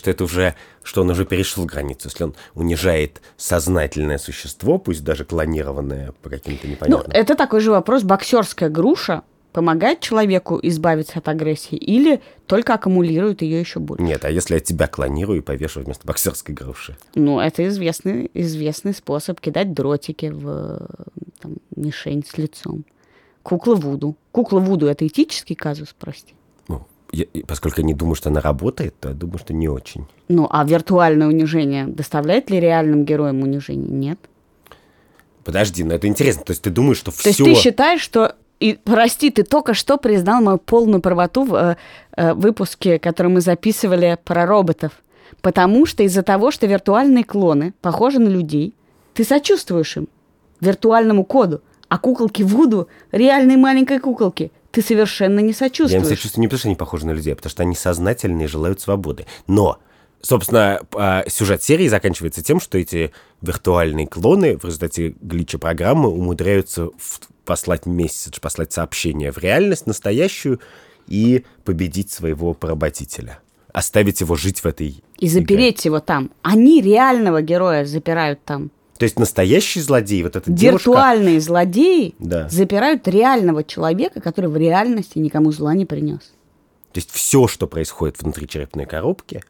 Speaker 6: что он уже перешел границу? Если он унижает сознательное существо, пусть даже клонированное по каким-то непонятным...
Speaker 7: Ну, это такой же вопрос. Боксерская груша помогает человеку избавиться от агрессии или только аккумулирует ее еще больше?
Speaker 6: Нет, а если я тебя клонирую и повешу вместо боксерской груши?
Speaker 7: Ну, это известный способ кидать дротики в мишень с лицом. Кукла Вуду. Кукла Вуду – это этический казус, прости?
Speaker 6: Поскольку я не думаю, что она работает, то я думаю, что не очень.
Speaker 7: Ну, а виртуальное унижение доставляет ли реальным героям унижение? Нет.
Speaker 6: Подожди, но это интересно. То есть ты думаешь, что все...
Speaker 7: То есть ты считаешь, что... И, прости, ты только что признал мою полную правоту в выпуске, который мы записывали про роботов. Потому что из-за того, что виртуальные клоны похожи на людей, ты сочувствуешь им, виртуальному коду. А куколки Вуду, реальные маленькие куколки, ты совершенно не сочувствуешь.
Speaker 6: Я им сочувствую не потому, что они похожи на людей, а потому что они сознательные и желают свободы. Но, собственно, сюжет серии заканчивается тем, что эти виртуальные клоны в результате глича программы умудряются послать месседж, послать сообщение в реальность настоящую и победить своего поработителя. Оставить его жить в этой
Speaker 7: и запереть его там. Они реального героя запирают там.
Speaker 6: То есть настоящий злодей, вот эта девушка...
Speaker 7: Виртуальные злодеи
Speaker 6: да.
Speaker 7: запирают реального человека, который в реальности никому зла не принес.
Speaker 6: То есть все, что происходит внутри черепной коробки,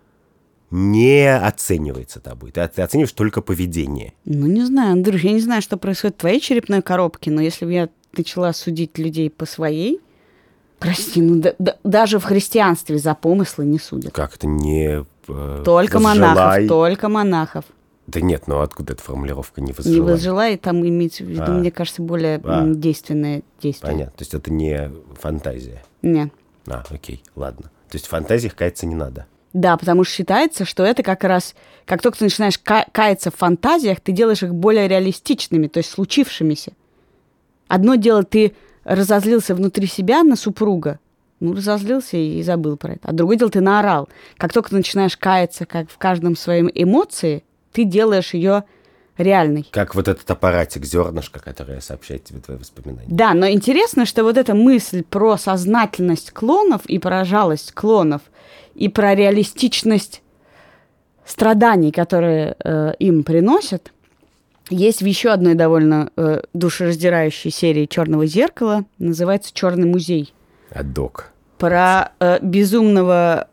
Speaker 6: не оценивается тобой. Ты оцениваешь только поведение.
Speaker 7: Ну, не знаю, Андрюш, я не знаю, что происходит в твоей черепной коробке, но если бы я начала судить людей по своей... Прости, ну даже в христианстве за помыслы не судят.
Speaker 6: Как это не...
Speaker 7: Только монахов, только монахов.
Speaker 6: Да нет, ну откуда эта формулировка «не возжелай»?
Speaker 7: Не возжелай, там имеется в виду, мне кажется, более действенное действие.
Speaker 6: Понятно, то есть это не фантазия?
Speaker 7: Нет.
Speaker 6: Окей, ладно. То есть в фантазиях каяться не надо?
Speaker 7: Да, потому что считается, что это как раз, как только ты начинаешь каяться в фантазиях, ты делаешь их более реалистичными, то есть случившимися. Одно дело, ты разозлился внутри себя на супруга, ну, разозлился и забыл про это. А другое дело, ты наорал. Как только ты начинаешь каяться как в каждом своем эмоции, ты делаешь ее реальной.
Speaker 6: Как вот этот аппаратик, зернышко, которое сообщает тебе твои воспоминания.
Speaker 7: Да, но интересно, что вот эта мысль про сознательность клонов и про жалость клонов, и про реалистичность страданий, которые им приносят, есть в еще одной довольно душераздирающей серии «Черного зеркала», называется «Черный музей».
Speaker 6: Док.
Speaker 7: Про безумного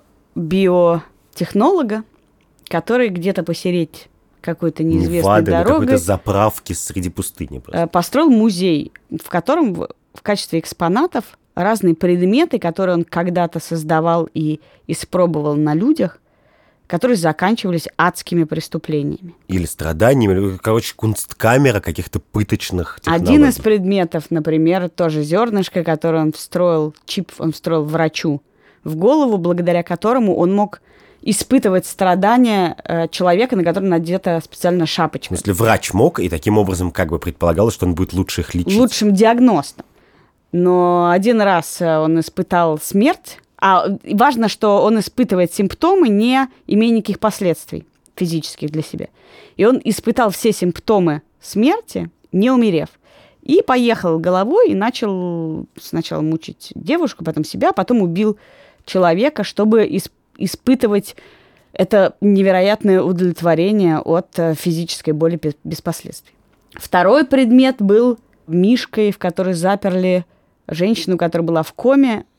Speaker 7: биотехнолога, который где-то посередь какой-то неизвестной дорогой...
Speaker 6: какой-то заправки среди пустыни.
Speaker 7: Построил музей, в котором в качестве экспонатов разные предметы, которые он когда-то создавал и испробовал на людях, которые заканчивались адскими преступлениями.
Speaker 6: Или страданиями, короче, кунсткамера каких-то пыточных технологий.
Speaker 7: Один из предметов, например, тоже зернышко, которое он встроил, чип он встроил врачу в голову, благодаря которому он мог испытывать страдания человека, на котором надета специальная шапочка.
Speaker 6: Если врач мог, и таким образом как бы предполагалось, что он будет лучше их лечить.
Speaker 7: Лучшим диагностом. Но один раз он испытал смерть, а важно, что он испытывает симптомы, не имея никаких последствий физических для себя. И он испытал все симптомы смерти, не умерев. И поехал головой и начал сначала мучить девушку, потом себя, потом убил человека, чтобы испытывать это невероятное удовлетворение от физической боли без последствий. Второй предмет был мишкой, в который заперли женщину, которая была в коме,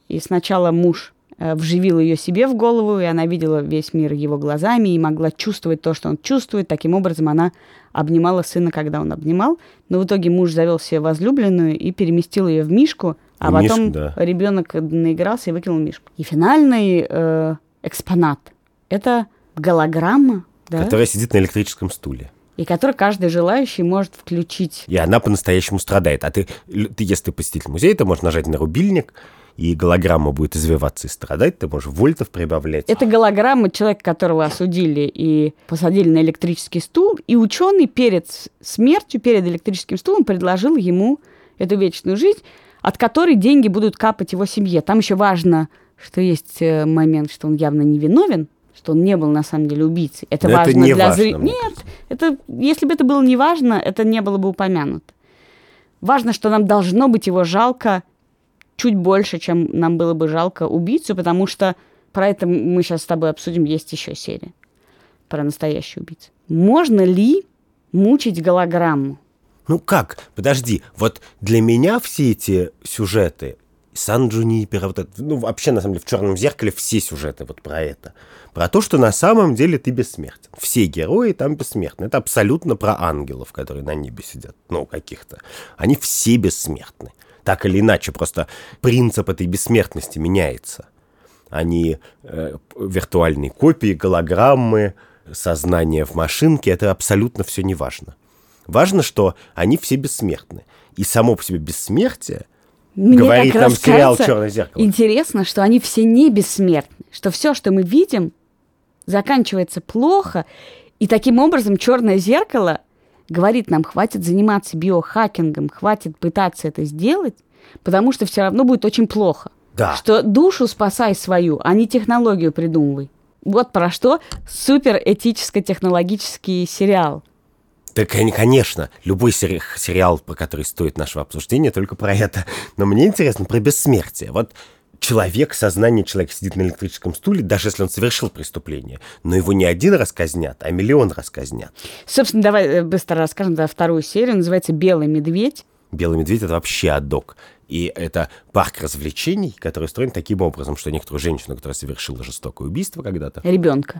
Speaker 7: И сначала муж вживил ее себе в голову, и она видела весь мир его глазами и могла чувствовать то, что он чувствует. Таким образом, она обнимала сына, когда он обнимал. Но в итоге муж завел себе возлюбленную и переместил ее в мишку, а потом ребенок наигрался и выкинул мишку. И финальный экспонат — это голограмма, да?
Speaker 6: Которая сидит на электрическом стуле.
Speaker 7: И который каждый желающий может включить.
Speaker 6: И она по-настоящему страдает. А ты, если ты посетитель музея, ты можешь нажать на рубильник, и голограмма будет извиваться и страдать, ты можешь вольтов прибавлять.
Speaker 7: Это голограмма человека, которого осудили и посадили на электрический стул, и ученый перед смертью, перед электрическим стулом предложил ему эту вечную жизнь, от которой деньги будут капать его семье. Там еще важно, что есть момент, что он явно невиновен, что он не был на самом деле убийцей. Это важно
Speaker 6: это не
Speaker 7: для
Speaker 6: важно,
Speaker 7: зрителей. Нет, это, если бы это было не важно, это не было бы упомянуто. Важно, что нам должно быть его жалко чуть больше, чем нам было бы жалко убийцу, потому что про это мы сейчас с тобой обсудим, есть еще серия про настоящий убийцу. Можно ли мучить голограмму?
Speaker 6: Ну как? Подожди, вот для меня все эти сюжеты, Сан-Джунипера, вот это, ну вообще, на самом деле, в «Черном зеркале» все сюжеты вот про это. Про то, что на самом деле ты бессмертен. Все герои там бессмертны. Это абсолютно про ангелов, которые на небе сидят, ну, каких-то. Они все бессмертны. Так или иначе, просто принцип этой бессмертности меняется. Они виртуальные копии, голограммы, сознание в машинке, это абсолютно все не важно. Важно, что они все бессмертны. И само по себе бессмертие,
Speaker 7: мне
Speaker 6: говорит
Speaker 7: как
Speaker 6: нам
Speaker 7: раз
Speaker 6: сериал
Speaker 7: кажется,
Speaker 6: «Черное зеркало».
Speaker 7: Интересно, что они все не бессмертны, что все, что мы видим, заканчивается плохо, и таким образом «Черное зеркало» говорит нам, хватит заниматься биохакингом, хватит пытаться это сделать, потому что все равно будет очень плохо.
Speaker 6: Да.
Speaker 7: Что душу спасай свою, а не технологию придумывай. Вот про что суперэтическо-технологический сериал.
Speaker 6: Так, конечно, любой сериал, про который стоит нашего обсуждения, только про это. Но мне интересно про бессмертие. Вот сознание человека сидит на электрическом стуле, даже если он совершил преступление, но его не один раз казнят, а миллион раз казнят.
Speaker 7: Собственно, давай быстро расскажем за вторую серию. Называется «Белый медведь».
Speaker 6: «Белый медведь» — это вообще адок. И это парк развлечений, который устроен таким образом, что некоторую женщину, которая совершила жестокое убийство когда-то... Ребенка.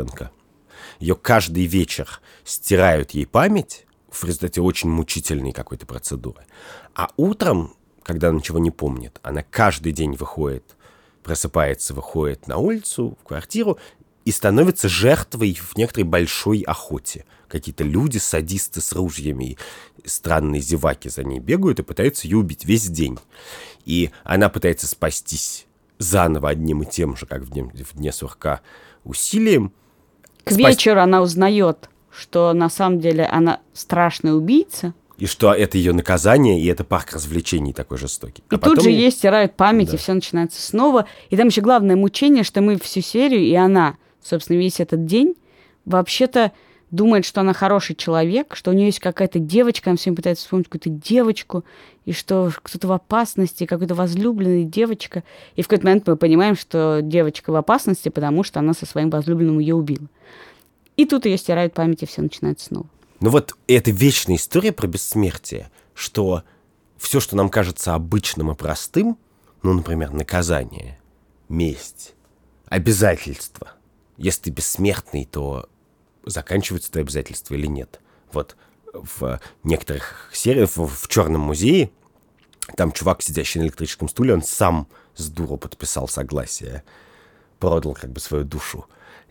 Speaker 6: Ее каждый вечер стирают ей память в результате очень мучительной какой-то процедуры. А утром, когда она ничего не помнит, она каждый день просыпается, выходит на улицу, в квартиру и становится жертвой в некоторой большой охоте. Какие-то люди, садисты с ружьями, странные зеваки за ней бегают и пытаются ее убить весь день. И она пытается спастись заново одним и тем же, как в дне сурка, усилием.
Speaker 7: К вечеру она узнает, что на самом деле она страшный убийца.
Speaker 6: И что это ее наказание, и это парк развлечений такой жестокий.
Speaker 7: И тут же ей стирают память, да. И все начинается снова. И там еще главное мучение, что мы всю серию, и она, собственно, весь этот день, вообще-то думает, что она хороший человек, что у нее есть какая-то девочка, она все время пытается вспомнить какую-то девочку, и что кто-то в опасности, какой-то возлюбленный девочка. И в какой-то момент мы понимаем, что девочка в опасности, потому что она со своим возлюбленным ее убила. И тут ее стирают память, и все начинается снова.
Speaker 6: Ну вот это вечная история про бессмертие, что все, что нам кажется обычным и простым, ну, например, наказание, месть, обязательства. Если ты бессмертный, то заканчиваются твои обязательства или нет. Вот в некоторых сериях, в «Черном музее», там чувак, сидящий на электрическом стуле, он сам с дуру подписал согласие, продал как бы свою душу.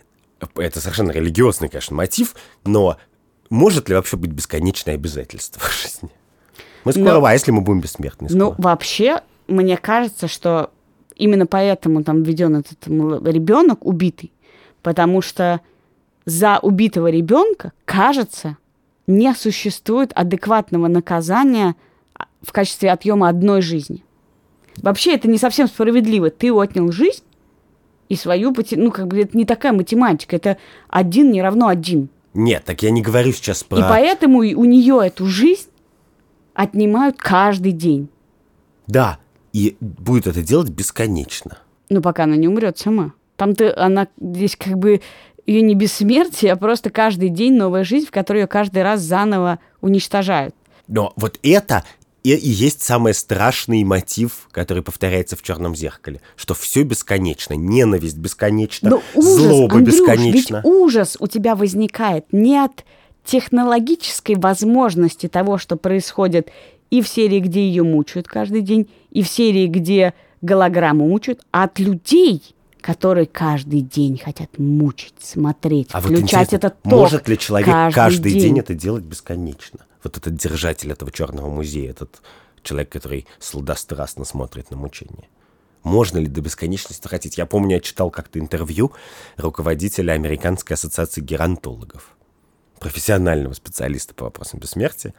Speaker 6: Это совершенно религиозный, конечно, мотив, но может ли вообще быть бесконечное обязательство в жизни? Мы скоро, если мы будем бессмертны? Скоро.
Speaker 7: Ну, вообще, мне кажется, что именно поэтому там введен этот ребенок убитый, потому что за убитого ребенка, кажется, не существует адекватного наказания в качестве отъема одной жизни. Вообще, это не совсем справедливо. Ты отнял жизнь, и свою, ну, как бы это не такая математика, это 1 не равно 1.
Speaker 6: Нет, так я не говорю сейчас про...
Speaker 7: И поэтому у нее эту жизнь отнимают каждый день.
Speaker 6: Да, и будет это делать бесконечно.
Speaker 7: Ну, пока она не умрет сама. Она здесь как бы ее не бессмертие, а просто каждый день новая жизнь, в которой ее каждый раз заново уничтожают.
Speaker 6: Но вот это и есть самый страшный мотив, который повторяется в «Черном зеркале», что все бесконечно, ненависть бесконечна, злоба
Speaker 7: Андрюш,
Speaker 6: бесконечна.
Speaker 7: Ведь ужас у тебя возникает не от технологической возможности того, что происходит и в серии, где ее мучают каждый день, и в серии, где голограмму мучают, а от людей, которые каждый день хотят мучить, смотреть, включать этот ток.
Speaker 6: Может ли человек каждый
Speaker 7: день
Speaker 6: день это делать бесконечно? Вот этот держатель этого черного музея, этот человек, который сладострастно смотрит на мучения. Можно ли до бесконечности хотеть? Я помню, я читал как-то интервью руководителя Американской ассоциации геронтологов, профессионального специалиста по вопросам бессмертия,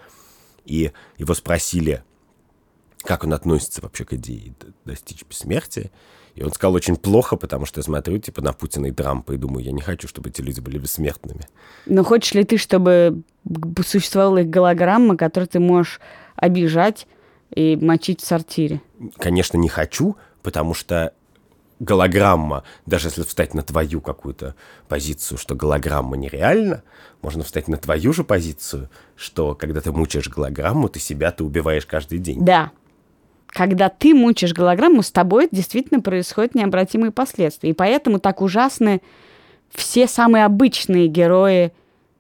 Speaker 6: и его спросили, как он относится вообще к идее достичь бессмертия. И он сказал, очень плохо, потому что я смотрю типа на Путина и Трампа и думаю, я не хочу, чтобы эти люди были бессмертными.
Speaker 7: Но хочешь ли ты, чтобы существовала их голограмма, которую ты можешь обижать и мочить в сортире?
Speaker 6: Конечно, не хочу, потому что голограмма, даже если встать на твою какую-то позицию, что голограмма нереальна, можно встать на твою же позицию, что когда ты мучаешь голограмму, ты убиваешь каждый день.
Speaker 7: Да. Когда ты мучаешь голограмму, с тобой действительно происходят необратимые последствия. И поэтому так ужасны все самые обычные герои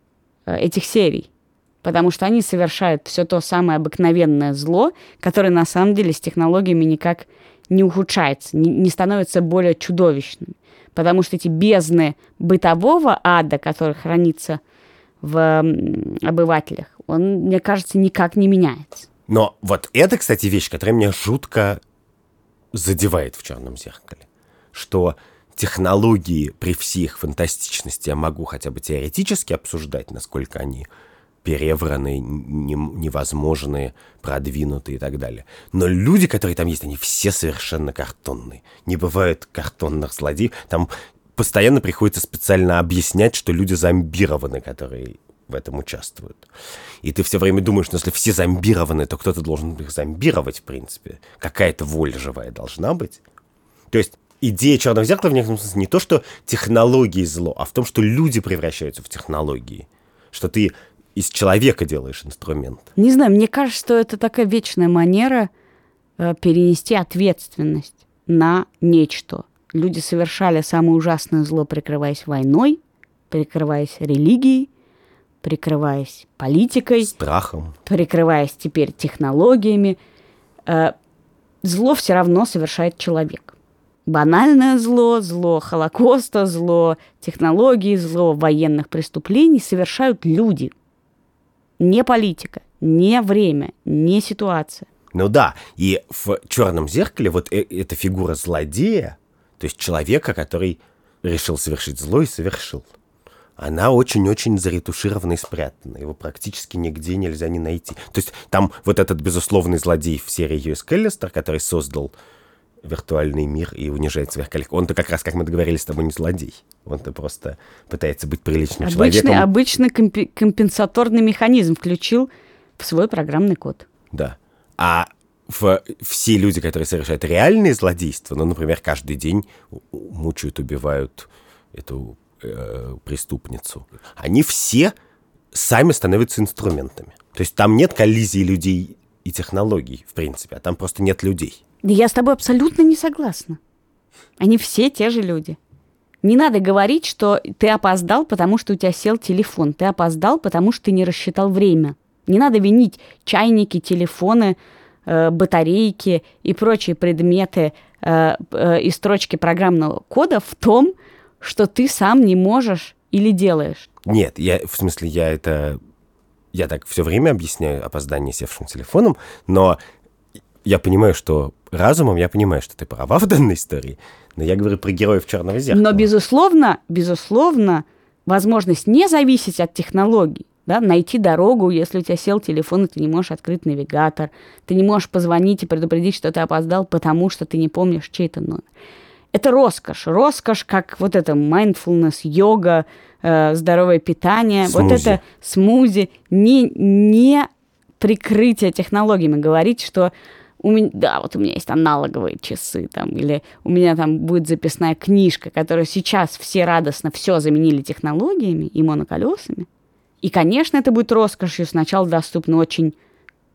Speaker 7: этих серий. Потому что они совершают все то самое обыкновенное зло, которое на самом деле с технологиями никак не ухудшается, не становится более чудовищным. Потому что эти бездны бытового ада, который хранится в обывателях, он, мне кажется, никак не меняется.
Speaker 6: Но вот это, кстати, вещь, которая меня жутко задевает в «Черном зеркале», что технологии при всей их фантастичности я могу хотя бы теоретически обсуждать, насколько они перевраны, невозможные, продвинутые и так далее. Но люди, которые там есть, они все совершенно картонные. Не бывает картонных злодеев. Там постоянно приходится специально объяснять, что люди зомбированы, которые в этом участвуют. И ты все время думаешь, что если все зомбированы, то кто-то должен их зомбировать, в принципе. Какая-то воля живая должна быть. То есть идея «Черного зеркала» в некотором смысле не то, что технологии зло, а в том, что люди превращаются в технологии. Что ты из человека делаешь инструмент.
Speaker 7: Не знаю, мне кажется, что это такая вечная манера перенести ответственность на нечто. Люди совершали самое ужасное зло, прикрываясь войной, прикрываясь религией, прикрываясь политикой,
Speaker 6: страхом,
Speaker 7: прикрываясь теперь технологиями. Зло все равно совершает человек. Банальное зло, зло Холокоста, зло технологий, зло военных преступлений совершают люди. Не политика, не время, не ситуация.
Speaker 6: Ну да, и в «Черном зеркале» вот эта фигура злодея, то есть человека, который решил совершить зло и совершил, она очень-очень заретуширована и спрятана. Его практически нигде нельзя не найти. То есть там вот этот безусловный злодей в серии Ю.С. Келлистер, который создал виртуальный мир и унижает своих коллег, он-то как раз, как мы договорились с тобой, не злодей. Он-то просто пытается быть приличным человеком.
Speaker 7: Обычный компенсаторный механизм включил в свой программный код.
Speaker 6: Да. А все люди, которые совершают реальные злодейства, ну, например, каждый день мучают, убивают эту преступницу, они все сами становятся инструментами. То есть там нет коллизии людей и технологий, в принципе, а там просто нет людей.
Speaker 7: Я с тобой абсолютно не согласна. Они все те же люди. Не надо говорить, что ты опоздал, потому что у тебя сел телефон. Ты опоздал, потому что ты не рассчитал время. Не надо винить чайники, телефоны, батарейки и прочие предметы и строчки программного кода в том, что ты сам не можешь или делаешь.
Speaker 6: Нет, я так все время объясняю опоздание севшим телефоном, но я понимаю, что разумом я понимаю, что ты права в данной истории, но я говорю про героев «Черного зеркала».
Speaker 7: Но, безусловно, возможность не зависеть от технологий, да, найти дорогу, если у тебя сел телефон, и ты не можешь открыть навигатор, ты не можешь позвонить и предупредить, что ты опоздал, потому что ты не помнишь чей-то номер. Это роскошь. Роскошь, как вот это mindfulness, йога, здоровое питание,
Speaker 6: смузи.
Speaker 7: Вот это смузи, не прикрытие технологиями. Говорить, что у меня есть аналоговые часы, там, или у меня там будет записная книжка, которую сейчас все радостно все заменили технологиями и моноколесами. И, конечно, это будет роскошью. Сначала доступно очень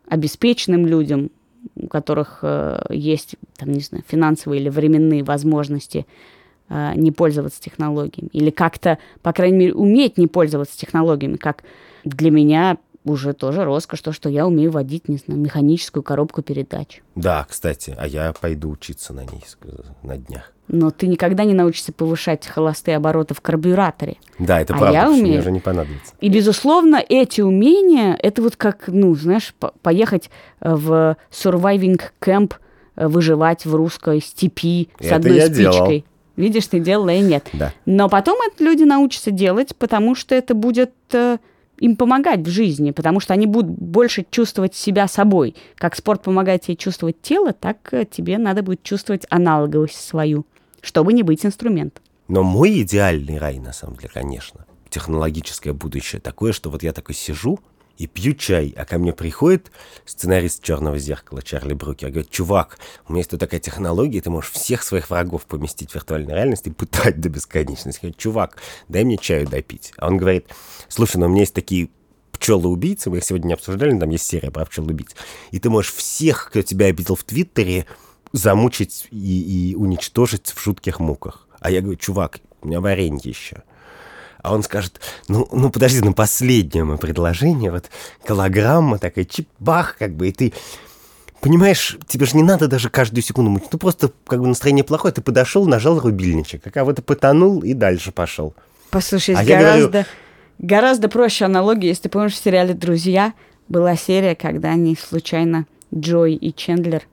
Speaker 7: обеспеченным людям, у которых есть, там, не знаю, финансовые или временные возможности не пользоваться технологиями. Или как-то, по крайней мере, уметь не пользоваться технологиями. Как для меня уже тоже роскошь, то, что я умею водить, не знаю, механическую коробку передач.
Speaker 6: Да, кстати, а я пойду учиться на ней на днях.
Speaker 7: Но ты никогда не научишься повышать холостые обороты в карбюраторе.
Speaker 6: Да, это правда,
Speaker 7: я умею.
Speaker 6: Мне уже не понадобится.
Speaker 7: И, безусловно, эти умения, это вот как, ну, знаешь, поехать в surviving camp, выживать в русской степи с
Speaker 6: это
Speaker 7: одной
Speaker 6: я
Speaker 7: спичкой.
Speaker 6: Делал.
Speaker 7: Видишь, ты делала и нет.
Speaker 6: Да.
Speaker 7: Но потом это люди научатся делать, потому что это будет им помогать в жизни, потому что они будут больше чувствовать себя собой. Как спорт помогает тебе чувствовать тело, так тебе надо будет чувствовать аналоговость свою, чтобы не быть инструментом.
Speaker 6: Но мой идеальный рай, на самом деле, конечно, технологическое будущее такое, что вот я такой сижу и пью чай, а ко мне приходит сценарист «Черного зеркала» Чарли Брукер, говорит: чувак, у меня есть тут такая технология, ты можешь всех своих врагов поместить в виртуальную реальность и пытать до бесконечности. Говорит: чувак, дай мне чаю допить. А он говорит: слушай, ну у меня есть такие пчелы-убийцы, мы их сегодня не обсуждали, но там есть серия про пчел-убийц, и ты можешь всех, кто тебя обидел в Твиттере, замучить и уничтожить в жутких муках. А я говорю: чувак, у меня варенье еще. А он скажет: ну подожди, последнее мое предложение, вот голограмма такая, чик-бах, как бы, и ты, понимаешь, тебе же не надо даже каждую секунду мучить, ну просто как бы настроение плохое, ты подошел, нажал рубильничек, а кого-то потонул и дальше пошел.
Speaker 7: Послушай,
Speaker 6: а
Speaker 7: гораздо проще аналогия, если ты помнишь, в сериале «Друзья» была серия, когда они случайно, Джой и Чендлер,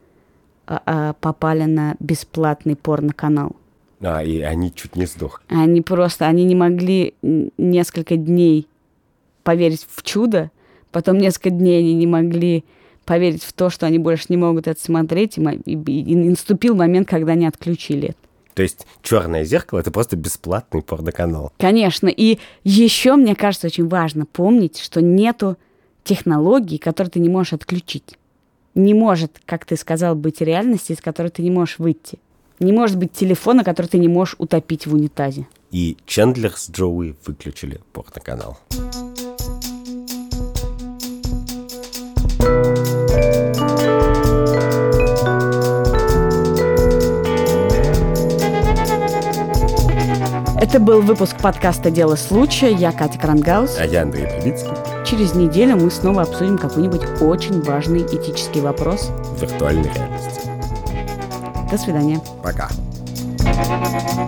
Speaker 7: попали на бесплатный порноканал.
Speaker 6: И они чуть не сдохли.
Speaker 7: Они не могли несколько дней поверить в чудо, потом несколько дней они не могли поверить в то, что они больше не могут это смотреть, и наступил момент, когда они отключили это.
Speaker 6: То есть «Черное зеркало» — это просто бесплатный порноканал.
Speaker 7: Конечно. И еще, мне кажется, очень важно помнить, что нету технологий, которые ты не можешь отключить. Не может, как ты сказал, быть реальности, из которой ты не можешь выйти. Не может быть телефона, который ты не можешь утопить в унитазе.
Speaker 6: И Чендлер с Джоуи выключили порноканал.
Speaker 7: Это был выпуск подкаста «Дело случая». Я Катя Крангаус.
Speaker 6: А я Андрей Бабицкий.
Speaker 7: Через неделю мы снова обсудим какой-нибудь очень важный этический вопрос
Speaker 6: В виртуальной реальности.
Speaker 7: До свидания.
Speaker 6: Пока.